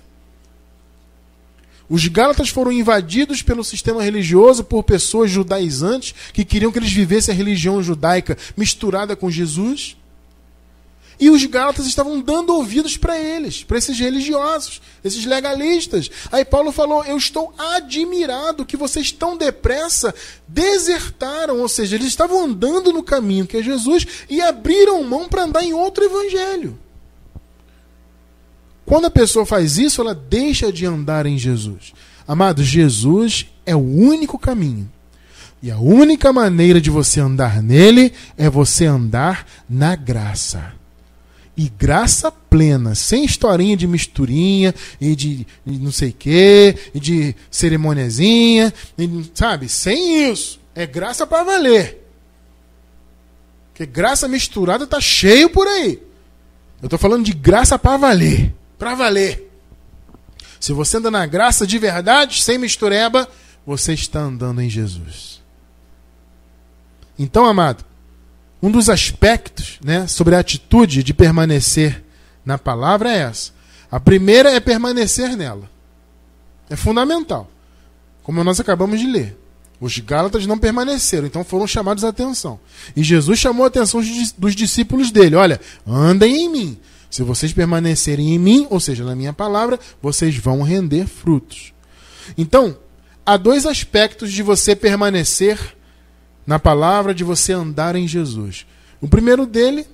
Os Gálatas foram invadidos pelo sistema religioso por pessoas judaizantes que queriam que eles vivessem a religião judaica misturada com Jesus. E os Gálatas estavam dando ouvidos para eles, para esses religiosos, esses legalistas. Aí Paulo falou: eu estou admirado que vocês tão depressa desertaram, ou seja, eles estavam andando no caminho que é Jesus e abriram mão para andar em outro evangelho. Quando a pessoa faz isso, ela deixa de andar em Jesus. Amado, Jesus é o único caminho. E a única maneira de você andar nele é você andar na graça. E graça plena, sem historinha de misturinha, e de, de não sei o quê, e de cerimoniazinha, e, sabe? Sem isso. É graça para valer. Porque graça misturada está cheio por aí. Eu estou falando de graça para valer. Para valer. Se você anda na graça de verdade, sem mistureba, você está andando em Jesus. Então, amado, um dos aspectos, né, sobre a atitude de permanecer na palavra é essa. A primeira é permanecer nela. É fundamental. Como nós acabamos de ler. Os Gálatas não permaneceram, então foram chamados a atenção. E Jesus chamou a atenção dos discípulos dele. Olha, andem em mim. Se vocês permanecerem em mim, ou seja, na minha palavra, vocês vão render frutos. Então, há dois aspectos de você permanecer na palavra, de você andar em Jesus. O primeiro dele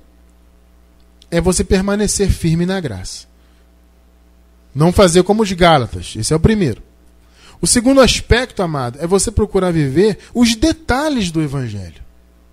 é você permanecer firme na graça. Não fazer como os Gálatas. Esse é o primeiro. O segundo aspecto, amado, é você procurar viver os detalhes do Evangelho.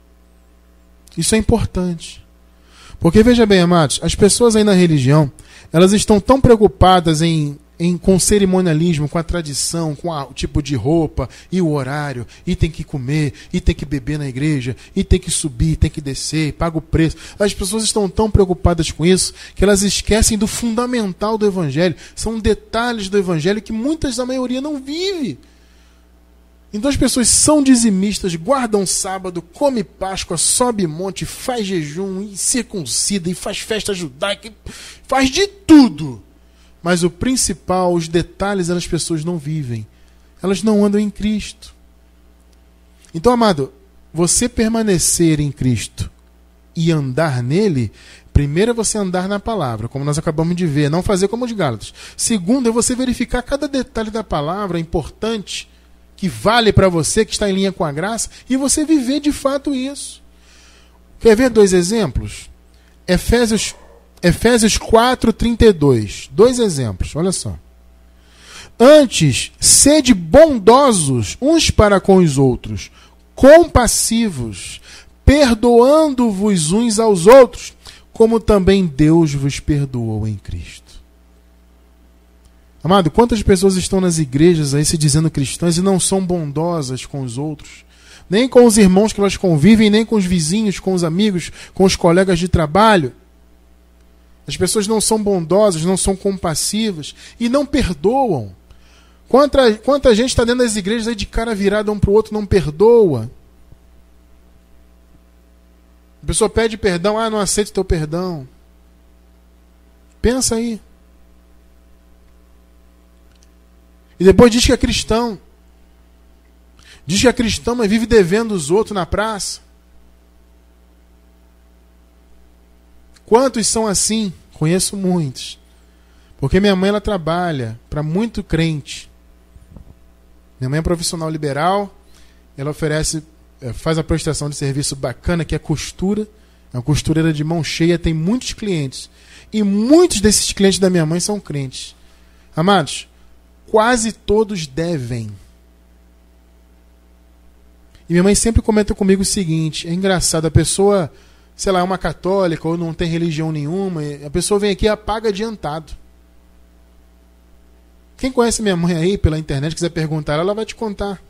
Isso é importante. Porque, veja bem, amados, as pessoas aí na religião, elas estão tão preocupadas em, em, com o cerimonialismo, com a tradição, com a, o tipo de roupa e o horário, e tem que comer, e tem que beber na igreja, e tem que subir, tem que descer, paga o preço. As pessoas estão tão preocupadas com isso que elas esquecem do fundamental do Evangelho. São detalhes do Evangelho que muitas, da maioria, não vive. Então as pessoas são dizimistas, guardam sábado, come Páscoa, sobe monte, faz jejum, e circuncida, e faz festa judaica, faz de tudo. Mas o principal, os detalhes, as pessoas não vivem. Elas não andam em Cristo. Então, amado, você permanecer em Cristo e andar nele, primeiro é você andar na palavra, como nós acabamos de ver, não fazer como os Gálatas. Segundo é você verificar cada detalhe da palavra importante, que vale para você, que está em linha com a graça, e você viver de fato isso. Quer ver dois exemplos? Efésios, Efésios quatro, trinta e dois. Dois exemplos, olha só. Antes, sede bondosos uns para com os outros, compassivos, perdoando-vos uns aos outros, como também Deus vos perdoou em Cristo. Amado, quantas pessoas estão nas igrejas aí se dizendo cristãs e não são bondosas com os outros? Nem com os irmãos que elas convivem, nem com os vizinhos, com os amigos, com os colegas de trabalho. As pessoas não são bondosas, não são compassivas e não perdoam. Quanta, quanta gente está dentro das igrejas aí de cara virada um para o outro, não perdoa. A pessoa pede perdão, ah, não aceito teu perdão. Pensa aí. E depois diz que é cristão. Diz que é cristão, mas vive devendo os outros na praça. Quantos são assim? Conheço muitos. Porque minha mãe ela trabalha para muito crente. Minha mãe é profissional liberal. Ela oferece, faz a prestação de serviço bacana, que é costura. É uma costureira de mão cheia, tem muitos clientes. E muitos desses clientes da minha mãe são crentes. Amados, quase todos devem. E minha mãe sempre comenta comigo o seguinte, é engraçado, a pessoa, sei lá, é uma católica ou não tem religião nenhuma, a pessoa vem aqui e paga adiantado. Quem conhece minha mãe aí pela internet, quiser perguntar, ela vai te contar.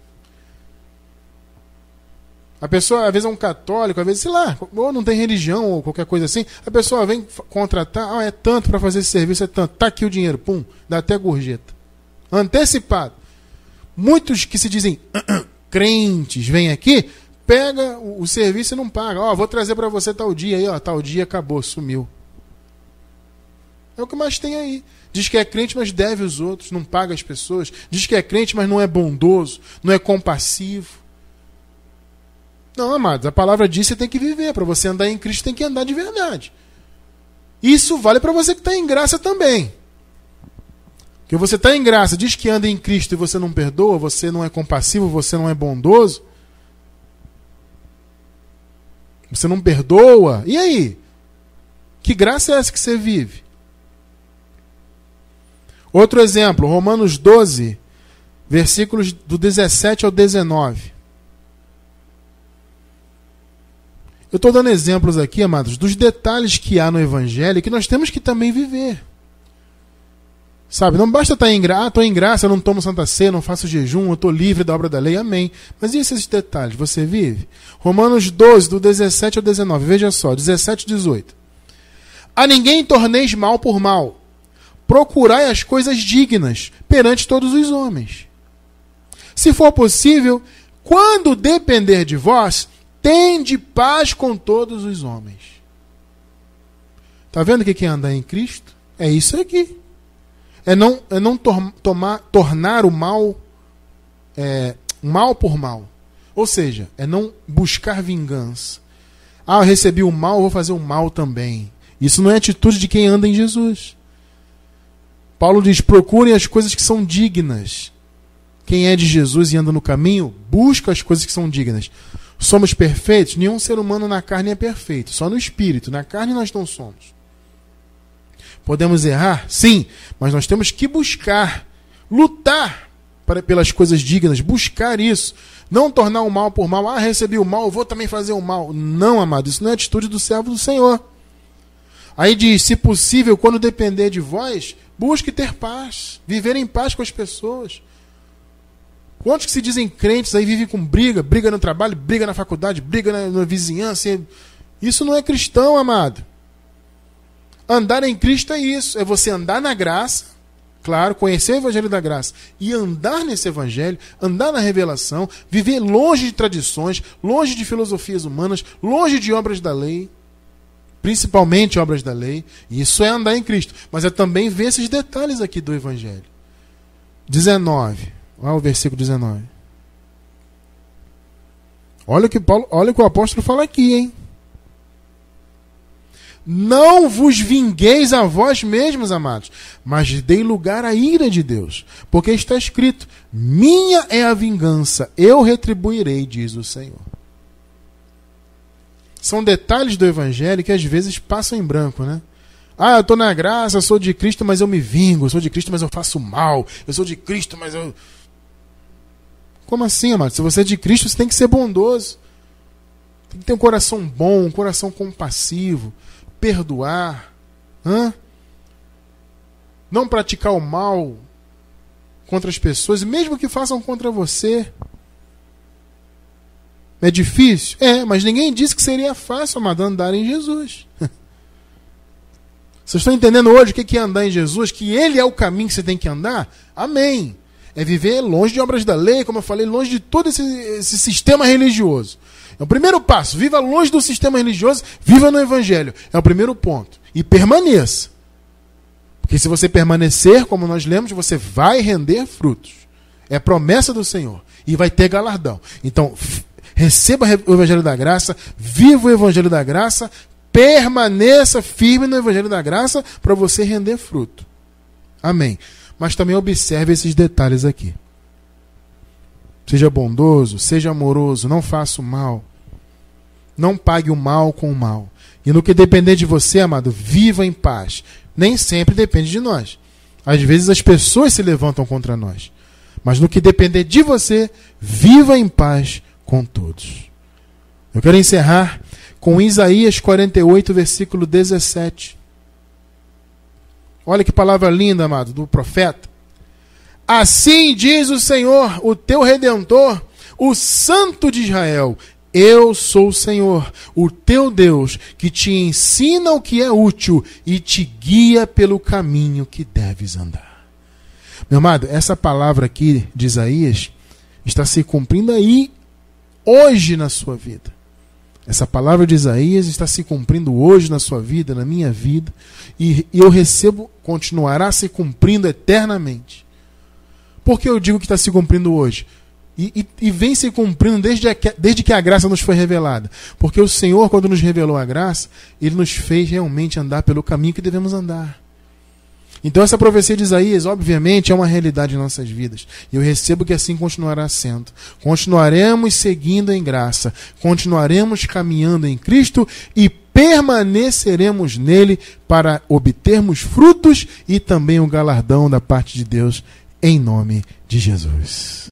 A pessoa, às vezes é um católico, às vezes, sei lá, ou não tem religião ou qualquer coisa assim, a pessoa vem contratar, ah, é tanto para fazer esse serviço, é tanto, tá aqui o dinheiro, pum, dá até gorjeta. Antecipado. Muitos que se dizem crentes vêm aqui, pega o, o serviço e não paga. Ó, vou trazer para você tal dia aí, ó, tal dia acabou, sumiu. É o que mais tem aí. Diz que é crente, mas deve os outros, não paga as pessoas. Diz que é crente, mas não é bondoso, não é compassivo. Não, amados, a palavra diz que você tem que viver. Para você andar em Cristo, tem que andar de verdade. Isso vale para você que está em graça também. Porque você está em graça, diz que anda em Cristo e você não perdoa, você não é compassivo, você não é bondoso, você não perdoa, e aí? Que graça é essa que você vive? Outro exemplo, Romanos doze, versículos do dezessete ao dezenove. Eu estou dando exemplos aqui, amados, dos detalhes que há no Evangelho que nós temos que também viver. Sabe, não basta estar em graça, ah, estou em graça, eu não tomo Santa Ceia, não faço jejum, eu estou livre da obra da lei, amém. Mas e esses detalhes? Você vive? Romanos doze, do dezessete ao dezenove, veja só, dezessete e dezoito. A ninguém torneis mal por mal, procurai as coisas dignas perante todos os homens. Se for possível, quando depender de vós, tende paz com todos os homens. Está vendo o que é andar em Cristo? É isso aqui. É não, é não tor- tomar, tornar o mal, é, mal por mal. Ou seja, é não buscar vingança. Ah, eu recebi o mal, eu vou fazer o mal também. Isso não é atitude de quem anda em Jesus. Paulo diz, procurem as coisas que são dignas. Quem é de Jesus e anda no caminho, busca as coisas que são dignas. Somos perfeitos? Nenhum ser humano na carne é perfeito. Só no espírito. Na carne nós não somos. Podemos errar? Sim. Mas nós temos que buscar, lutar para, pelas coisas dignas. Buscar isso. Não tornar o mal por mal. Ah, recebi o mal, eu vou também fazer o mal. Não, amado. Isso não é atitude do servo do Senhor. Aí diz, se possível, quando depender de vós, busque ter paz. Viver em paz com as pessoas. Quantos que se dizem crentes aí vivem com briga, briga no trabalho, briga na faculdade, briga na, na vizinhança. Isso não é cristão, amado. Andar em Cristo é isso, é você andar na graça, claro, conhecer o evangelho da graça e andar nesse evangelho, andar na revelação, viver longe de tradições, longe de filosofias humanas, longe de obras da lei, principalmente obras da lei. Isso é andar em Cristo, mas é também ver esses detalhes aqui do evangelho. dezenove. Olha o versículo dezenove. Olha o que Paulo, olha o que o apóstolo fala aqui, hein? Não vos vingueis a vós mesmos, amados, mas dei lugar à ira de Deus, porque está escrito, minha é a vingança, eu retribuirei, diz o Senhor. São detalhes do evangelho que às vezes passam em branco, né? Ah, eu estou na graça, eu sou de Cristo, mas eu me vingo, eu sou de Cristo, mas eu faço mal, eu sou de Cristo, mas eu... Como assim, amado? Se você é de Cristo, você tem que ser bondoso. Tem que ter um coração bom, um coração compassivo, perdoar. Hã? Não praticar o mal contra as pessoas, mesmo que façam contra você. É difícil? É, mas ninguém disse que seria fácil, amado, andar em Jesus. Vocês estão entendendo hoje o que é andar em Jesus? Que Ele é o caminho que você tem que andar? Amém. É viver longe de obras da lei, como eu falei, longe de todo esse, esse sistema religioso. É o primeiro passo. Viva longe do sistema religioso, viva no Evangelho. É o primeiro ponto. E permaneça. Porque se você permanecer, como nós lemos, você vai render frutos. É promessa do Senhor. E vai ter galardão. Então, receba o Evangelho da Graça, viva o Evangelho da Graça, permaneça firme no Evangelho da Graça para você render fruto. Amém. Mas também observe esses detalhes aqui. Seja bondoso, seja amoroso, não faça o mal. Não pague o mal com o mal. E no que depender de você, amado, viva em paz. Nem sempre depende de nós. Às vezes as pessoas se levantam contra nós. Mas no que depender de você, viva em paz com todos. Eu quero encerrar com Isaías quarenta e oito, versículo dezessete. Olha que palavra linda, amado, do profeta. Assim diz o Senhor, o teu Redentor, o Santo de Israel. Eu sou o Senhor, o teu Deus, que te ensina o que é útil e te guia pelo caminho que deves andar. Meu amado, essa palavra aqui de Isaías está se cumprindo aí, hoje na sua vida. Essa palavra de Isaías está se cumprindo hoje na sua vida, na minha vida, e eu recebo, continuará se cumprindo eternamente. Por que eu digo que está se cumprindo hoje? E, e, e vem se cumprindo desde, a, desde que a graça nos foi revelada. Porque o Senhor, quando nos revelou a graça, Ele nos fez realmente andar pelo caminho que devemos andar. Então essa profecia de Isaías, obviamente, é uma realidade em nossas vidas. E eu recebo que assim continuará sendo. Continuaremos seguindo em graça. Continuaremos caminhando em Cristo e permaneceremos nele para obtermos frutos e também o galardão da parte de Deus em nome de Jesus.